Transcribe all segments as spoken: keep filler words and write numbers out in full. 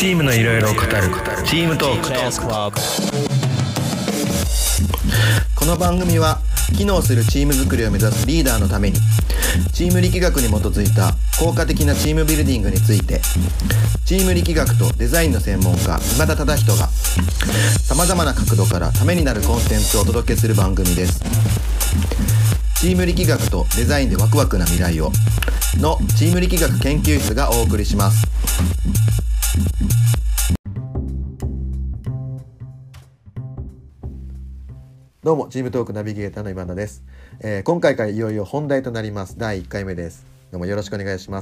チームのいろいろを語るチームトーク。 この番組は機能するチーム作りを目指すリーダーのためにチーム力学に基づいた効果的なチームビルディングについてチーム力学とデザインの専門家今田忠人がさまざまな角度からためになるコンテンツをお届けする番組です。チーム力学とデザインでワクワクな未来をのチーム力学研究室がお送りします。どうもチームトークナビゲーターの今田です、えー、今回からいよいよ本題となります。だいいっかいめです。どうもよろしくお願いします。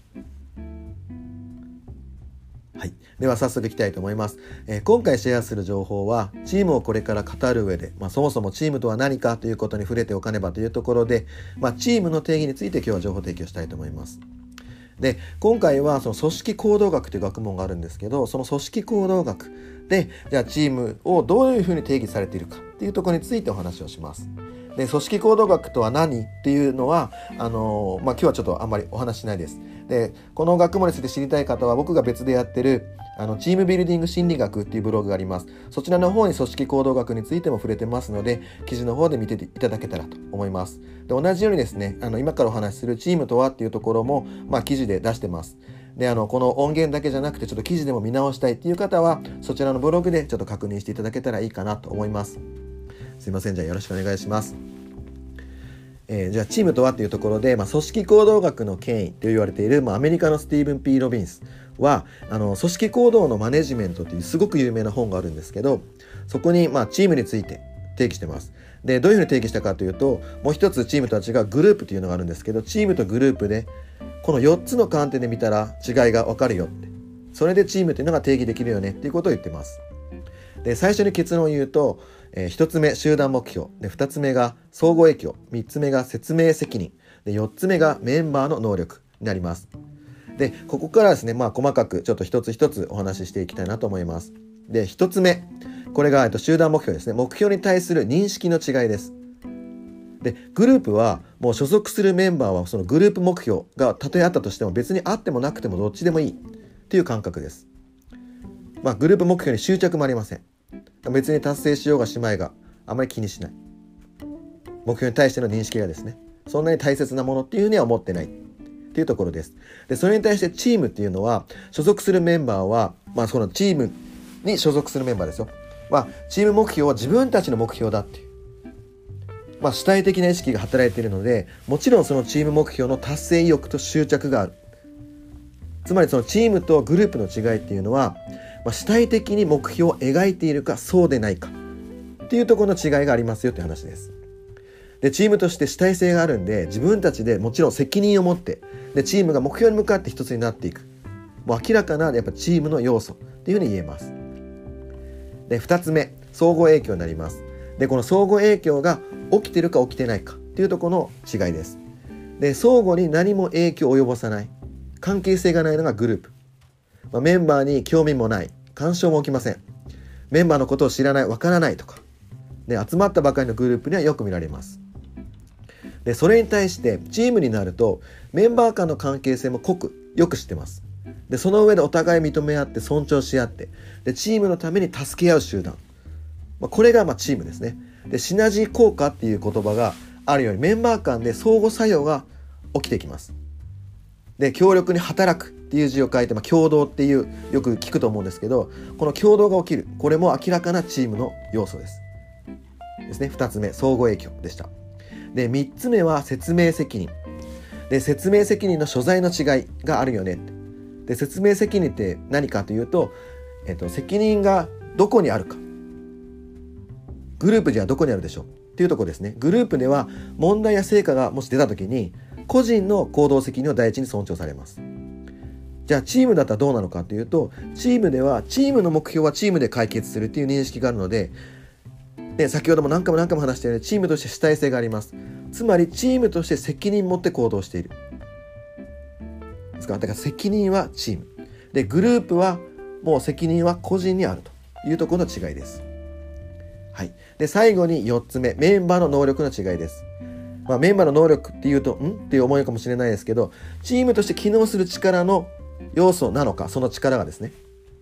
はい、では早速いきたいと思います、えー、今回シェアする情報はチームをこれから語る上で、まあ、そもそもチームとは何かということに触れておかねばというところで、まあ、チームの定義について今日は情報提供したいと思います。で今回はその組織行動学という学問があるんですけど、その組織行動学でじゃあチームをどういうふうに定義されているかっていうところについてお話をします。で組織行動学とは何っていうのはあのーまあ、今日はちょっとあんまりお話しないです。でこの学問について知りたい方は僕が別でやってるあのチームビルディング心理学っていうブログがあります。そちらの方に組織行動学についても触れてますので記事の方で見ていただけたらと思います。で同じようにですねあの今からお話しするチームとはっていうところも、まあ、記事で出してます。であのこの音源だけじゃなくてちょっと記事でも見直したいっていう方はそちらのブログでちょっと確認していただけたらいいかなと思います。すいません、じゃあよろしくお願いします。えー、じゃあチームとはっていうところで、まあ、組織行動学の権威と言われている、まあ、アメリカのスティーブン・ピー・ロビンスはあの組織行動のマネジメントというすごく有名な本があるんですけど、そこに、まあ、チームについて定義してます。でどういうふうに定義したかというと、もう一つチームとは違うグループというのがあるんですけど、チームとグループでこのよっつの観点で見たら違いが分かるよって、それでチームというのが定義できるよねっていうことを言ってます。で最初に結論を言うと、えー、ひとつめ集団目標で、ふたつめが相互影響、みっつめが説明責任で、よっつめがメンバーの能力になります。でここからですね、まあ、細かくちょっと一つ一つお話ししていきたいなと思います。でひとつめ、これが、えっと、集団目標ですね。目標に対する認識の違いです。でグループはもう所属するメンバーはそのグループ目標がたとえあったとしても別にあってもなくてもどっちでもいいっていう感覚です。まあ、グループ目標に執着もありません。別に達成しようがしまいがあまり気にしない。目標に対しての認識がですねそんなに大切なものっていうふうには思ってないっていうところです。でそれに対してチームっていうのは所属するメンバーは、まあ、そのチームに所属するメンバーですよ、まあ、チーム目標は自分たちの目標だっていう、まあ、主体的な意識が働いているので、もちろんそのチーム目標の達成意欲と執着がある。つまりそのチームとグループの違いっていうのは、まあ、主体的に目標を描いているかそうでないかっていうところの違いがありますよって話です。でチームとして主体性があるんで、自分たちでもちろん責任を持ってでチームが目標に向かって一つになっていく、もう明らかなやっぱチームの要素っていうふうに言えます。でふたつめ、相互影響になります。でこの相互影響が起きてるか起きてないかっていうところの違いです。で相互に何も影響を及ぼさない、関係性がないのがグループ、まあ、メンバーに興味もない、干渉も起きません、メンバーのことを知らない、わからないとかで集まったばかりのグループにはよく見られます。でそれに対してチームになるとメンバー間の関係性も濃くよく知ってます。でその上でお互い認め合って尊重し合ってでチームのために助け合う集団、まあ、これがまあチームですね。でシナジー効果っていう言葉があるようにメンバー間で相互作用が起きてきます。で強力に働くっていう字を書いて、まあ、共同っていうよく聞くと思うんですけど、この共同が起きる、これも明らかなチームの要素ですですね。ふたつめ相互影響でした。でみっつめは説明責任で、説明責任の所在の違いがあるよね。で説明責任って何かというと、えっと、責任がどこにあるか、グループではどこにあるでしょうっていうところですね。グループでは問題や成果がもし出た時に個人の行動責任を第一に尊重されます。じゃあチームだったらどうなのかというと、チームではチームの目標はチームで解決するっていう認識があるので、で先ほども何回も何回も話したようにチームとして主体性があります。つまりチームとして責任を持って行動しているですから、だから責任はチームで、グループはもう責任は個人にあるというところの違いです。はい、で最後によっつめ、メンバーの能力の違いです。まあ、メンバーの能力っていうとんっていう思いかもしれないですけど、チームとして機能する力の要素なのか、その力がですね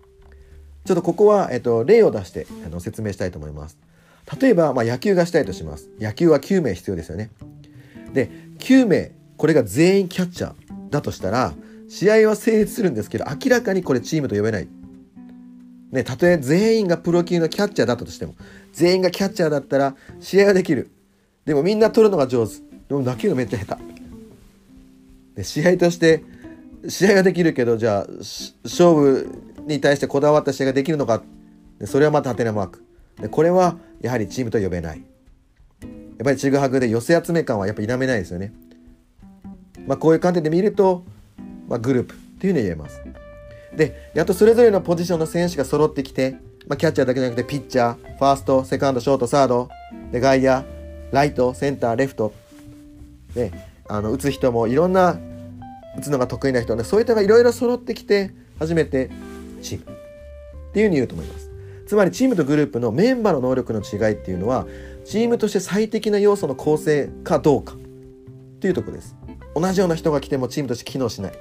ちょっとここは、えっと、例を出してあの説明したいと思います。例えば、まあ、野球がしたいとします。野球はきゅうめい必要ですよね。で、きゅうめいこれが全員キャッチャーだとしたら試合は成立するんですけど、明らかにこれチームと呼べない。ね、たとえ全員がプロ級のキャッチャーだったとしても、全員がキャッチャーだったら試合はできる。でもみんな取るのが上手。でも投げるのめっちゃ下手。で、試合として試合ができるけど、じゃあ勝負に対してこだわった試合ができるのか。でそれはまたハテナマーク。でこれはやはりチームと呼べない。やっぱりちぐはぐで寄せ集め感はやっぱ否めないですよね。まあ、こういう観点で見ると、まあ、グループっていうふうに言えます。で、やっとそれぞれのポジションの選手が揃ってきて、まあ、キャッチャーだけじゃなくてピッチャー、ファースト、セカンド、ショート、サードで外野、ライト、センター、レフトで、あの打つ人もいろんな打つのが得意な人で、そういったのがいろいろ揃ってきて初めてチームっていうふうに言うと思います。つまりチームとグループのメンバーの能力の違いっていうのは、チームとして最適な要素の構成かどうかっていうところです。同じような人が来てもチームとして機能しない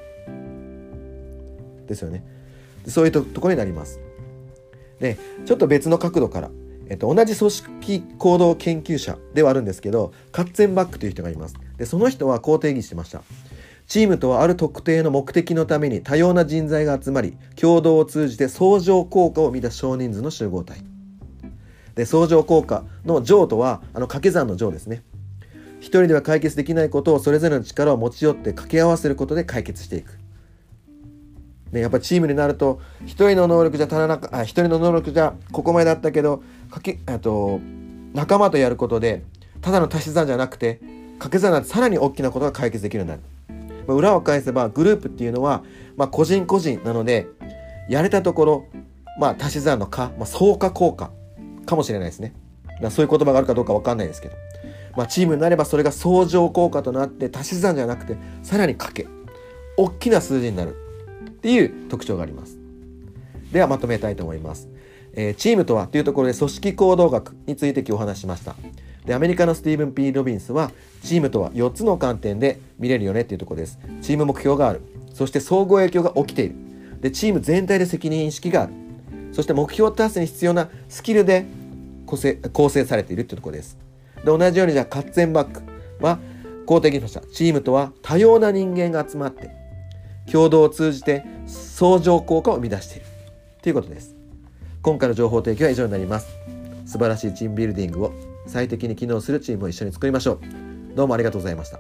ですよね。そういうところになります。で、ちょっと別の角度から、えっと、同じ組織行動研究者ではあるんですけど、カッツェンバックという人がいます。で、その人はこう定義してました。チームとはある特定の目的のために多様な人材が集まり、共同を通じて相乗効果を生み出す少人数の集合体で、相乗効果の乗とはあの掛け算の乗ですね。一人では解決できないことをそれぞれの力を持ち寄って掛け合わせることで解決していく。ね、やっぱりチームになると一人の能力じゃ足らなかあ一人の能力じゃここまでだったけど、かけあと仲間とやることでただの足し算じゃなくて掛け算なんてさらに大きなことが解決できるようになる。まあ、裏を返せばグループっていうのは、まあ、個人個人なのでやれたところ、まあ、足し算のか、まあ、相加効果かもしれないですね。そういう言葉があるかどうか分かんないですけど、まあ、チームになればそれが相乗効果となって足し算じゃなくてさらに掛け大きな数字になるっていう特徴があります。ではまとめたいと思います。えー、チームとはというところで組織行動学について今日お話ししました。で、アメリカのスティーブン・P・ロビンスはチームとはよっつの観点で見れるよねっていうところです。チーム目標がある。そして相互影響が起きている。で、チーム全体で責任意識がある。そして目標達成に必要なスキルで構成、構成されているというところです。で、同じようにじゃあカッツェンバックはこう定義しました。チームとは多様な人間が集まって共同を通じて相乗効果を生み出しているということです。今回の情報提供は以上になります。素晴らしいチームビルディングを最適に機能するチームを一緒に作りましょう。どうもありがとうございました。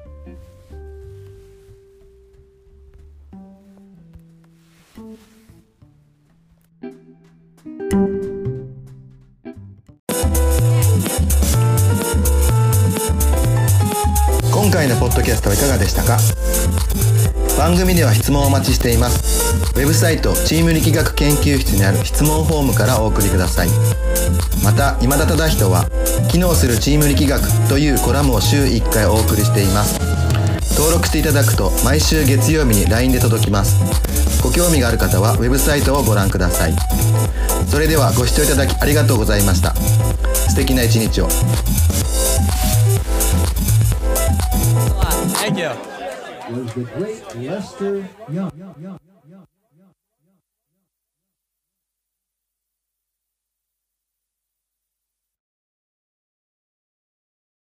今回のポッドキャストはいかがでしたか？番組では質問をお待ちしています。ウェブサイトチーム力学研究室にある質問フォームからお送りください。また、今田忠人は機能するチーム力学というコラムを週いっかいお送りしています。登録していただくと毎週月曜日に ライン で届きます。ご興味がある方はウェブサイトをご覧ください。それではご視聴いただきありがとうございました。素敵な一日を。 Thank you. Was the great Lester Young.